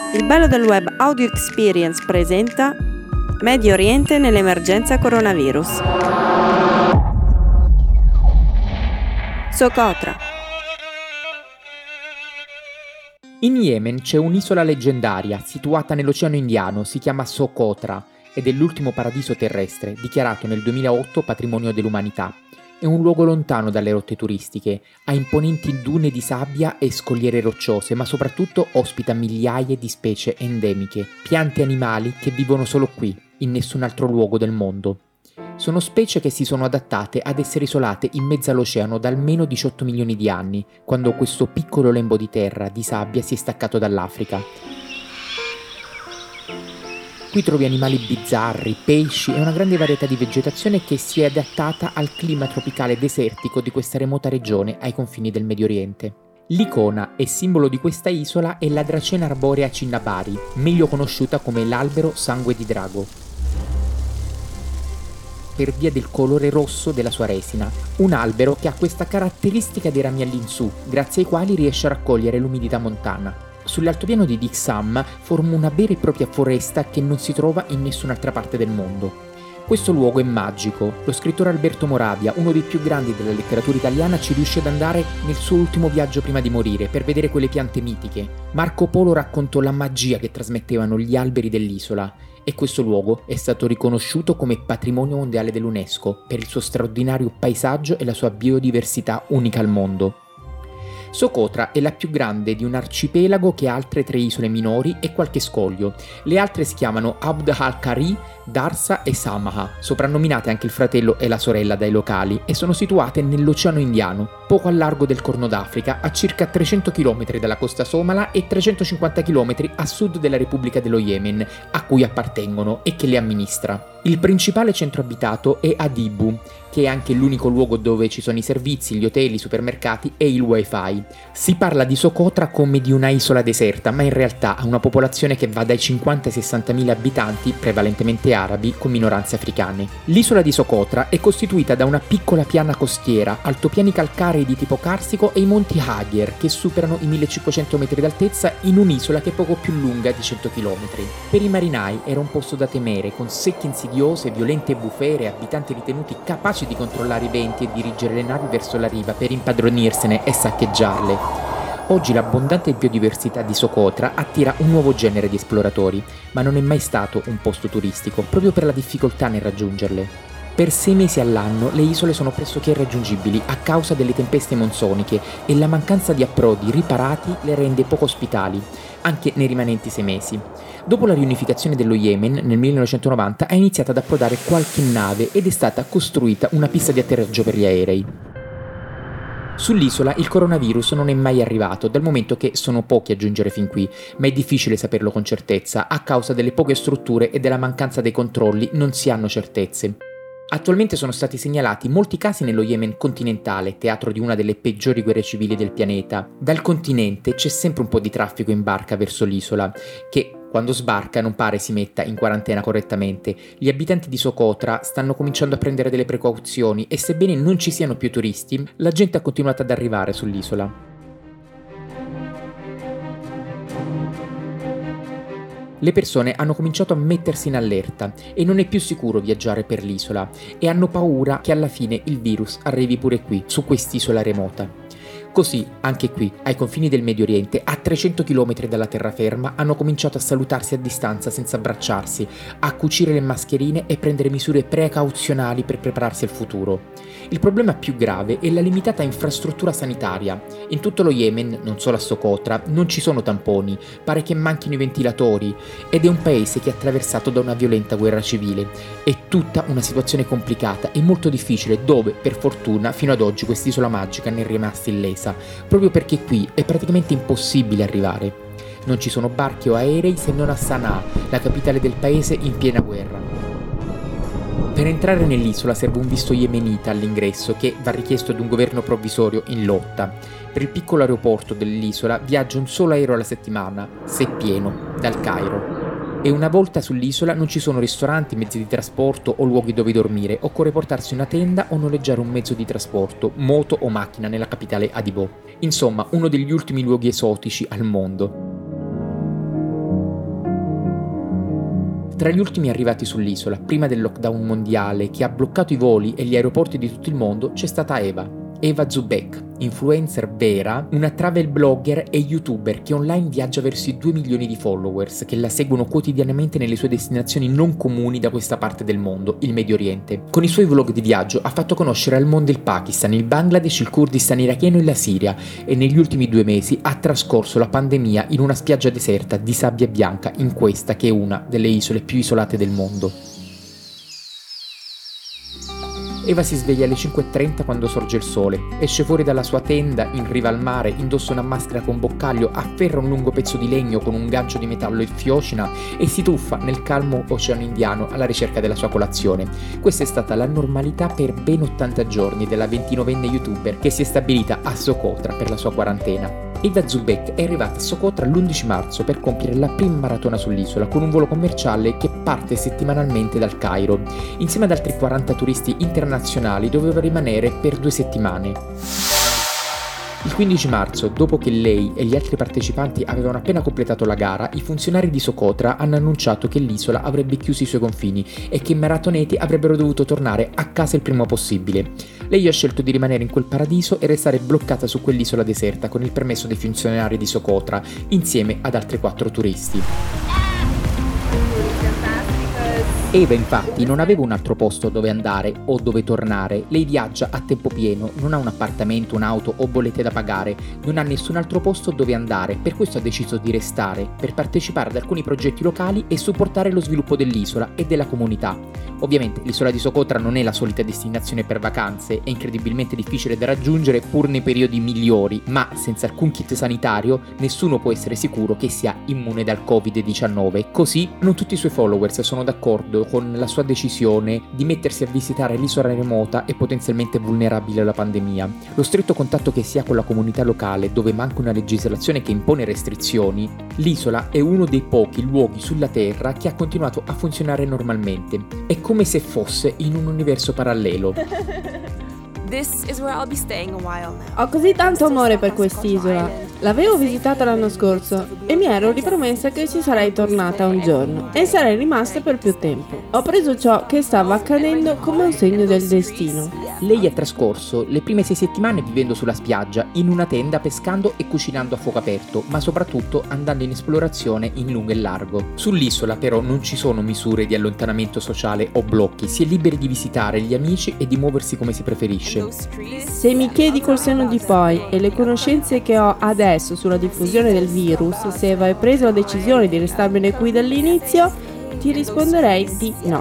Il bello del web Audio Experience presenta Medio Oriente nell'emergenza coronavirus. Socotra. In Yemen c'è un'isola leggendaria situata nell'Oceano Indiano, si chiama Socotra ed è l'ultimo paradiso terrestre, dichiarato nel 2008 patrimonio dell'umanità. È un luogo lontano dalle rotte turistiche, ha imponenti dune di sabbia e scogliere rocciose, ma soprattutto ospita migliaia di specie endemiche, piante e animali che vivono solo qui, in nessun altro luogo del mondo. Sono specie che si sono adattate ad essere isolate in mezzo all'oceano da almeno 18 milioni di anni, quando questo piccolo lembo di terra, di sabbia, si è staccato dall'Africa. Qui trovi animali bizzarri, pesci e una grande varietà di vegetazione che si è adattata al clima tropicale desertico di questa remota regione ai confini del Medio Oriente. L'icona e simbolo di questa isola è la Dracena arborea cinnabari, meglio conosciuta come l'albero sangue di drago, per via del colore rosso della sua resina. Un albero che ha questa caratteristica dei rami all'insù, grazie ai quali riesce a raccogliere l'umidità montana. Sull'altopiano di Diksam forma una vera e propria foresta che non si trova in nessun'altra parte del mondo. Questo luogo è magico. Lo scrittore Alberto Moravia, uno dei più grandi della letteratura italiana, ci riuscì ad andare nel suo ultimo viaggio prima di morire per vedere quelle piante mitiche. Marco Polo raccontò la magia che trasmettevano gli alberi dell'isola e questo luogo è stato riconosciuto come patrimonio mondiale dell'UNESCO per il suo straordinario paesaggio e la sua biodiversità unica al mondo. Socotra è la più grande di un arcipelago che ha altre 3 isole minori e qualche scoglio. Le altre si chiamano Abd al-Qari, Darsa e Samaha, soprannominate anche il fratello e la sorella dai locali, e sono situate nell'Oceano Indiano, poco al largo del Corno d'Africa, a circa 300 km dalla costa somala e 350 km a sud della Repubblica dello Yemen, a cui appartengono e che le amministra. Il principale centro abitato è Adibu, che è anche l'unico luogo dove ci sono i servizi, gli hotel, i supermercati e il wifi. Si parla di Socotra come di una isola deserta, ma in realtà ha una popolazione che va dai 50 ai 60 mila abitanti, prevalentemente arabi, con minoranze africane. L'isola di Socotra è costituita da una piccola piana costiera, altopiani calcarei di tipo carsico e i monti Haghier, che superano i 1500 metri d'altezza in un'isola che è poco più lunga di 100 km. Per i marinai era un posto da temere, con secche insidiose, violente bufere, abitanti ritenuti capaci di controllare i venti e dirigere le navi verso la riva per impadronirsene e saccheggiarle. Oggi l'abbondante biodiversità di Socotra attira un nuovo genere di esploratori, ma non è mai stato un posto turistico, proprio per la difficoltà nel raggiungerle. Per 6 mesi all'anno le isole sono pressoché irraggiungibili a causa delle tempeste monsoniche e la mancanza di approdi riparati le rende poco ospitali, anche nei rimanenti 6 mesi. Dopo la riunificazione dello Yemen nel 1990 ha iniziato ad approdare qualche nave ed è stata costruita una pista di atterraggio per gli aerei. Sull'isola il coronavirus non è mai arrivato, dal momento che sono pochi a giungere fin qui, ma è difficile saperlo con certezza, a causa delle poche strutture e della mancanza dei controlli non si hanno certezze. Attualmente sono stati segnalati molti casi nello Yemen continentale, teatro di una delle peggiori guerre civili del pianeta. Dal continente c'è sempre un po' di traffico in barca verso l'isola, che quando sbarca non pare si metta in quarantena correttamente. Gli abitanti di Socotra stanno cominciando a prendere delle precauzioni e sebbene non ci siano più turisti, la gente ha continuato ad arrivare sull'isola. Le persone hanno cominciato a mettersi in allerta e non è più sicuro viaggiare per l'isola e hanno paura che alla fine il virus arrivi pure qui, su quest'isola remota. Così, anche qui, ai confini del Medio Oriente, a 300 km dalla terraferma, hanno cominciato a salutarsi a distanza senza abbracciarsi, a cucire le mascherine e prendere misure precauzionali per prepararsi al futuro. Il problema più grave è la limitata infrastruttura sanitaria. In tutto lo Yemen, non solo a Socotra, non ci sono tamponi, pare che manchino i ventilatori, ed è un paese che è attraversato da una violenta guerra civile. È tutta una situazione complicata e molto difficile dove, per fortuna, fino ad oggi quest'isola magica ne è rimasta illesa, proprio perché qui è praticamente impossibile arrivare. Non ci sono barchi o aerei se non a Sana'a, la capitale del paese in piena guerra. Per entrare nell'isola serve un visto yemenita all'ingresso che va richiesto ad un governo provvisorio in lotta. Per il piccolo aeroporto dell'isola viaggia un solo aereo alla settimana, se pieno, dal Cairo. E una volta sull'isola non ci sono ristoranti, mezzi di trasporto o luoghi dove dormire, occorre portarsi una tenda o noleggiare un mezzo di trasporto, moto o macchina nella capitale Adibo. Insomma, uno degli ultimi luoghi esotici al mondo. Tra gli ultimi arrivati sull'isola, prima del lockdown mondiale che ha bloccato i voli e gli aeroporti di tutto il mondo, c'è stata Eva Zubek, influencer vera, una travel blogger e youtuber che online viaggia verso i 2 milioni di followers che la seguono quotidianamente nelle sue destinazioni non comuni da questa parte del mondo, il Medio Oriente. Con i suoi vlog di viaggio ha fatto conoscere al mondo il Pakistan, il Bangladesh, il Kurdistan iracheno e la Siria, e negli ultimi 2 mesi ha trascorso la pandemia in una spiaggia deserta di sabbia bianca in questa che è una delle isole più isolate del mondo. Eva si sveglia alle 5:30 quando sorge il sole, esce fuori dalla sua tenda in riva al mare, indossa una maschera con boccaglio, afferra un lungo pezzo di legno con un gancio di metallo e fiocina e si tuffa nel calmo oceano Indiano alla ricerca della sua colazione. Questa è stata la normalità per ben 80 giorni della 29enne youtuber che si è stabilita a Socotra per la sua quarantena. Eva Zubek è arrivata a Socotra l'11 marzo per compiere la prima maratona sull'isola con un volo commerciale che parte settimanalmente dal Cairo. Insieme ad altri 40 turisti internazionali doveva rimanere per 2 settimane. Il 15 marzo, dopo che lei e gli altri partecipanti avevano appena completato la gara, i funzionari di Socotra hanno annunciato che l'isola avrebbe chiuso i suoi confini e che i maratoneti avrebbero dovuto tornare a casa il prima possibile. Lei ha scelto di rimanere in quel paradiso e restare bloccata su quell'isola deserta con il permesso dei funzionari di Socotra, insieme ad altri 4 turisti. Eva infatti non aveva un altro posto dove andare o dove tornare, lei viaggia a tempo pieno, non ha un appartamento, un'auto o bollette da pagare, non ha nessun altro posto dove andare, per questo ha deciso di restare, per partecipare ad alcuni progetti locali e supportare lo sviluppo dell'isola e della comunità. Ovviamente l'isola di Socotra non è la solita destinazione per vacanze, è incredibilmente difficile da raggiungere pur nei periodi migliori, ma senza alcun kit sanitario nessuno può essere sicuro che sia immune dal Covid-19, così non tutti i suoi followers sono d'accordo con la sua decisione di mettersi a visitare l'isola remota e potenzialmente vulnerabile alla pandemia. Lo stretto contatto che si ha con la comunità locale, dove manca una legislazione che impone restrizioni, l'isola è uno dei pochi luoghi sulla Terra che ha continuato a funzionare normalmente. È come se fosse in un universo parallelo. Ho così tanto amore per quest'isola. L'avevo visitata l'anno scorso e mi ero ripromessa che ci sarei tornata un giorno e sarei rimasta per più tempo. Ho preso ciò che stava accadendo come un segno del destino. Lei ha trascorso le prime 6 settimane vivendo sulla spiaggia, in una tenda, pescando e cucinando a fuoco aperto, ma soprattutto andando in esplorazione in lungo e largo. Sull'isola però non ci sono misure di allontanamento sociale o blocchi, si è liberi di visitare gli amici e di muoversi come si preferisce. Se mi chiedi col senno di poi e le conoscenze che ho adesso sulla diffusione del virus, se hai preso la decisione di restarmene qui dall'inizio, ti risponderei di no.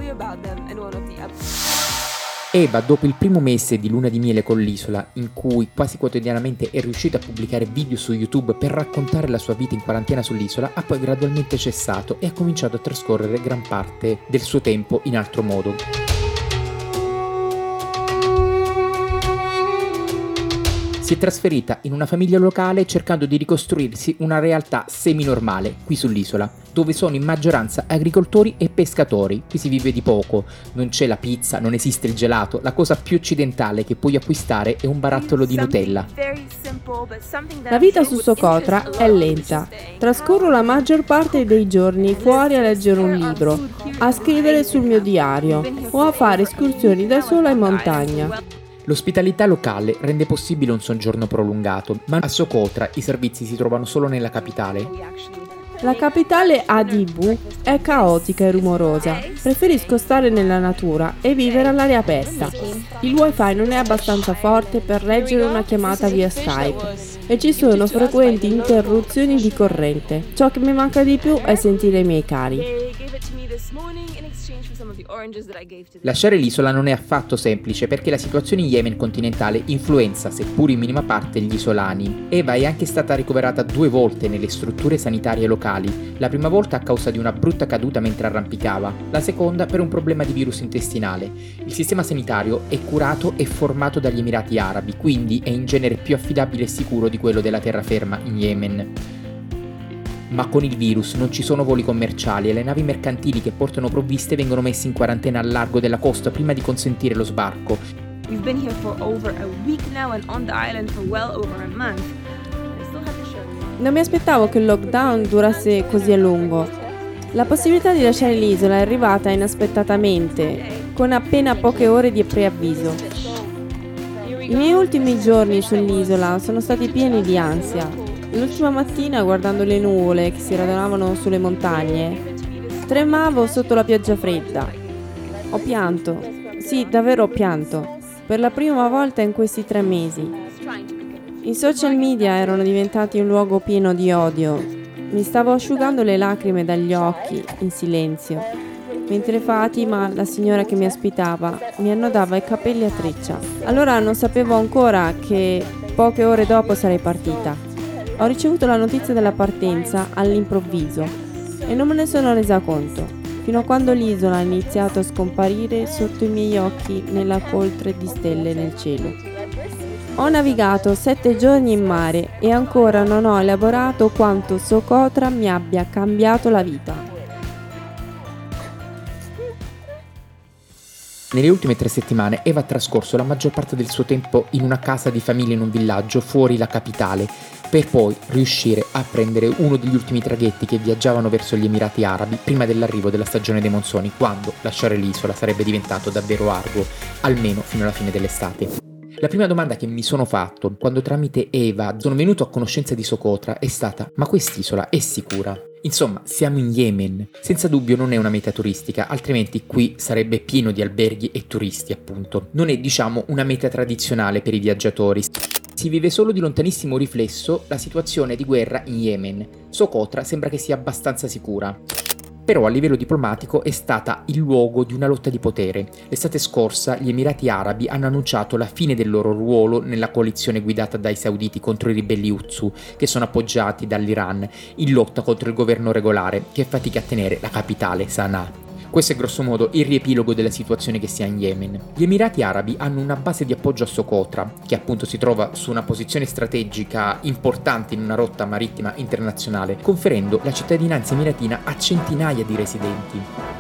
Eva, dopo il primo mese di luna di miele con l'isola, in cui quasi quotidianamente è riuscita a pubblicare video su YouTube per raccontare la sua vita in quarantena sull'isola, ha poi gradualmente cessato e ha cominciato a trascorrere gran parte del suo tempo in altro modo. Si è trasferita in una famiglia locale cercando di ricostruirsi una realtà semi-normale qui sull'isola, dove sono in maggioranza agricoltori e pescatori. Qui si vive di poco, non c'è la pizza, non esiste il gelato, la cosa più occidentale che puoi acquistare è un barattolo di Nutella. La vita su Socotra è lenta. Trascorro la maggior parte dei giorni fuori a leggere un libro, a scrivere sul mio diario o a fare escursioni da sola in montagna. L'ospitalità locale rende possibile un soggiorno prolungato, ma a Socotra i servizi si trovano solo nella capitale. La capitale Adibu è caotica e rumorosa. Preferisco stare nella natura e vivere all'aria aperta. Il wifi non è abbastanza forte per reggere una chiamata via Skype e ci sono frequenti interruzioni di corrente. Ciò che mi manca di più è sentire i miei cari. Lasciare l'isola non è affatto semplice perché la situazione in Yemen continentale influenza, seppur in minima parte, gli isolani. Eva è anche stata ricoverata 2 volte nelle strutture sanitarie locali, la prima volta a causa di una brutta caduta mentre arrampicava, la seconda per un problema di virus intestinale. Il sistema sanitario è curato e formato dagli Emirati Arabi, quindi è in genere più affidabile e sicuro di quello della terraferma in Yemen. Ma con il virus non ci sono voli commerciali e le navi mercantili che portano provviste vengono messe in quarantena al largo della costa prima di consentire lo sbarco. We've been here for over a week now and on the island for well over a month. I still have to show you. Non mi aspettavo che il lockdown durasse così a lungo. La possibilità di lasciare l'isola è arrivata inaspettatamente, con appena poche ore di preavviso. I miei ultimi giorni sull'isola sono stati pieni di ansia. L'ultima mattina, guardando le nuvole che si radunavano sulle montagne, tremavo sotto la pioggia fredda. Ho pianto, sì, davvero ho pianto, per la prima volta in questi 3 mesi. I social media erano diventati un luogo pieno di odio. Mi stavo asciugando le lacrime dagli occhi, in silenzio, mentre Fatima, la signora che mi ospitava, mi annodava i capelli a treccia. Allora non sapevo ancora che poche ore dopo sarei partita. Ho ricevuto la notizia della partenza all'improvviso e non me ne sono resa conto, fino a quando l'isola ha iniziato a scomparire sotto i miei occhi nella coltre di stelle nel cielo. Ho navigato 7 giorni in mare e ancora non ho elaborato quanto Socotra mi abbia cambiato la vita. Nelle ultime 3 settimane Eva ha trascorso la maggior parte del suo tempo in una casa di famiglia in un villaggio fuori la capitale, per poi riuscire a prendere uno degli ultimi traghetti che viaggiavano verso gli Emirati Arabi prima dell'arrivo della stagione dei monsoni, quando lasciare l'isola sarebbe diventato davvero arduo, almeno fino alla fine dell'estate. La prima domanda che mi sono fatto quando tramite Eva sono venuto a conoscenza di Socotra è stata: ma quest'isola è sicura? Insomma, siamo in Yemen. Senza dubbio non è una meta turistica, altrimenti qui sarebbe pieno di alberghi e turisti, appunto. Non è, diciamo, una meta tradizionale per i viaggiatori. Si vive solo di lontanissimo riflesso la situazione di guerra in Yemen. Socotra sembra che sia abbastanza sicura. Però a livello diplomatico è stata il luogo di una lotta di potere. L'estate scorsa gli Emirati Arabi hanno annunciato la fine del loro ruolo nella coalizione guidata dai sauditi contro i ribelli Houthi, che sono appoggiati dall'Iran, in lotta contro il governo regolare, che fatica a tenere la capitale, Sana'a. Questo è grosso modo il riepilogo della situazione che si ha in Yemen. Gli Emirati Arabi hanno una base di appoggio a Socotra, che appunto si trova su una posizione strategica importante in una rotta marittima internazionale, conferendo la cittadinanza emiratina a centinaia di residenti.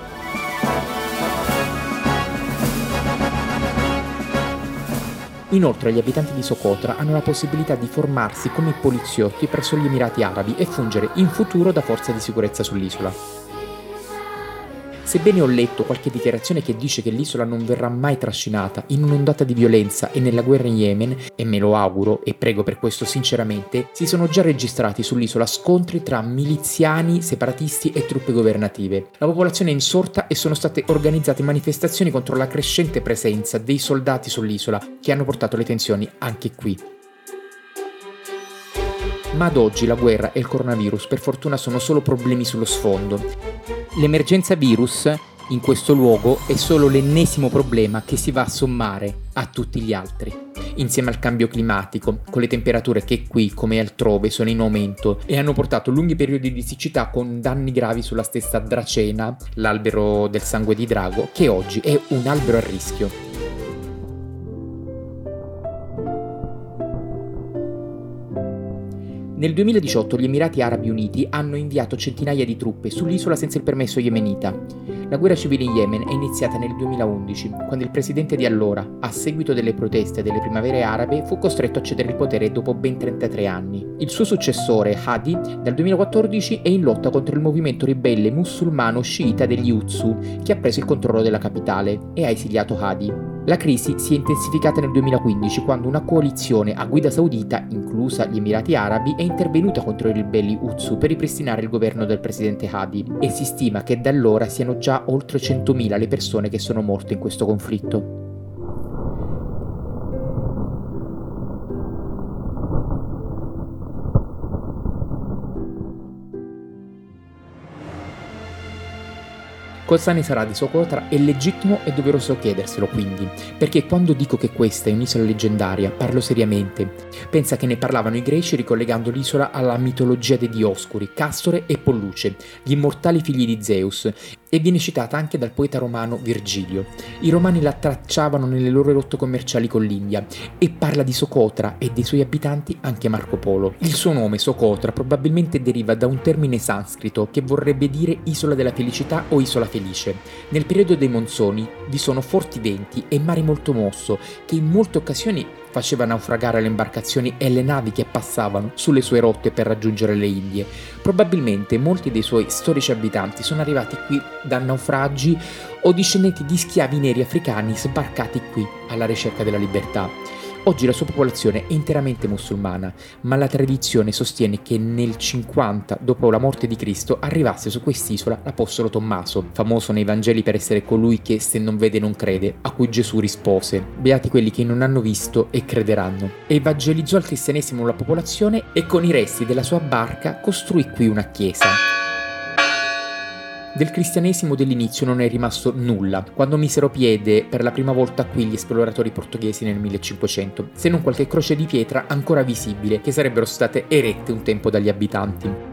Inoltre gli abitanti di Socotra hanno la possibilità di formarsi come poliziotti presso gli Emirati Arabi e fungere in futuro da forza di sicurezza sull'isola. Sebbene ho letto qualche dichiarazione che dice che l'isola non verrà mai trascinata in un'ondata di violenza e nella guerra in Yemen, e me lo auguro e prego per questo sinceramente, si sono già registrati sull'isola scontri tra miliziani, separatisti e truppe governative. La popolazione è insorta e sono state organizzate manifestazioni contro la crescente presenza dei soldati sull'isola, che hanno portato le tensioni anche qui. Ma ad oggi la guerra e il coronavirus per fortuna sono solo problemi sullo sfondo. L'emergenza virus in questo luogo è solo l'ennesimo problema che si va a sommare a tutti gli altri. Insieme al cambio climatico, con le temperature che qui, come altrove, sono in aumento e hanno portato lunghi periodi di siccità con danni gravi sulla stessa Dracena, l'albero del sangue di drago, che oggi è un albero a rischio. Nel 2018 gli Emirati Arabi Uniti hanno inviato centinaia di truppe sull'isola senza il permesso yemenita. La guerra civile in Yemen è iniziata nel 2011, quando il presidente di allora, a seguito delle proteste delle primavere arabe, fu costretto a cedere il potere dopo ben 33 anni. Il suo successore, Hadi, dal 2014 è in lotta contro il movimento ribelle musulmano sciita degli Houthi, che ha preso il controllo della capitale e ha esiliato Hadi. La crisi si è intensificata nel 2015 quando una coalizione a guida saudita, inclusa gli Emirati Arabi, è intervenuta contro i ribelli Houthi per ripristinare il governo del presidente Hadi e si stima che da allora siano già oltre 100.000 le persone che sono morte in questo conflitto. Cosa ne sarà di Socotra? È legittimo e doveroso chiederselo quindi, perché quando dico che questa è un'isola leggendaria, parlo seriamente. Pensa che ne parlavano i greci ricollegando l'isola alla mitologia dei Dioscuri, Castore e Polluce, gli immortali figli di Zeus, e viene citata anche dal poeta romano Virgilio. I romani la tracciavano nelle loro rotte commerciali con l'India e parla di Socotra e dei suoi abitanti anche Marco Polo. Il suo nome, Socotra, probabilmente deriva da un termine sanscrito che vorrebbe dire isola della felicità o isola felice. Nel periodo dei monsoni vi sono forti venti e mare molto mosso che in molte occasioni faceva naufragare le imbarcazioni e le navi che passavano sulle sue rotte per raggiungere le Indie. Probabilmente molti dei suoi storici abitanti sono arrivati qui da naufragi o discendenti di schiavi neri africani sbarcati qui alla ricerca della libertà. Oggi la sua popolazione è interamente musulmana, ma la tradizione sostiene che nel 50, dopo la morte di Cristo, arrivasse su quest'isola l'Apostolo Tommaso, famoso nei Vangeli per essere colui che se non vede non crede, a cui Gesù rispose: beati quelli che non hanno visto e crederanno. E evangelizzò al cristianesimo la popolazione e con i resti della sua barca costruì qui una chiesa. Del cristianesimo dell'inizio non è rimasto nulla, quando misero piede per la prima volta qui gli esploratori portoghesi nel 1500, se non qualche croce di pietra ancora visibile che sarebbero state erette un tempo dagli abitanti.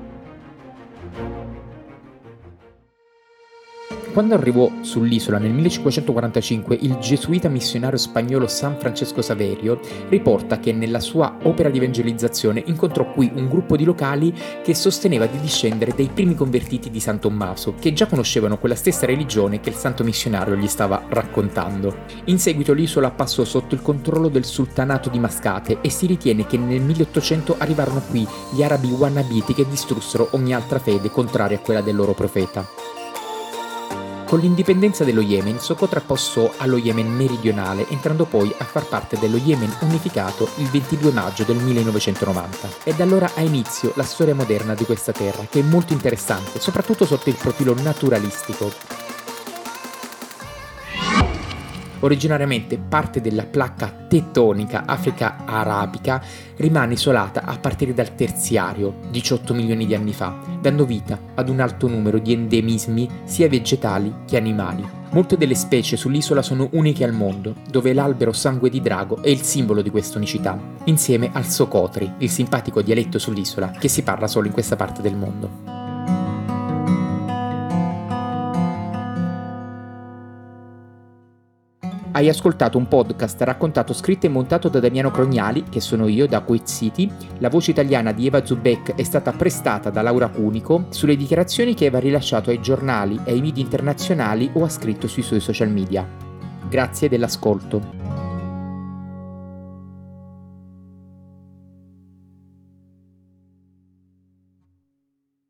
Quando arrivò sull'isola nel 1545, il gesuita missionario spagnolo San Francesco Saverio riporta che nella sua opera di evangelizzazione incontrò qui un gruppo di locali che sosteneva di discendere dai primi convertiti di San Tommaso, che già conoscevano quella stessa religione che il santo missionario gli stava raccontando. In seguito l'isola passò sotto il controllo del sultanato di Mascate e si ritiene che nel 1800 arrivarono qui gli arabi wannabiti che distrussero ogni altra fede contraria a quella del loro profeta. Con l'indipendenza dello Yemen, Socotra passò allo Yemen meridionale, entrando poi a far parte dello Yemen unificato il 22 maggio del 1990. E da allora ha inizio la storia moderna di questa terra, che è molto interessante, soprattutto sotto il profilo naturalistico. Originariamente parte della placca tettonica Africa-Arabica, rimane isolata a partire dal terziario, 18 milioni di anni fa, dando vita ad un alto numero di endemismi sia vegetali che animali. Molte delle specie sull'isola sono uniche al mondo, dove l'albero sangue di drago è il simbolo di questa unicità, insieme al Socotri, il simpatico dialetto sull'isola che si parla solo in questa parte del mondo. Hai ascoltato un podcast raccontato, scritto e montato da Damiano Crognali, che sono io, da Kuwait City. La voce italiana di Eva Zubek è stata prestata da Laura Cunico sulle dichiarazioni che Eva ha rilasciato ai giornali e ai media internazionali o ha scritto sui suoi social media. Grazie dell'ascolto.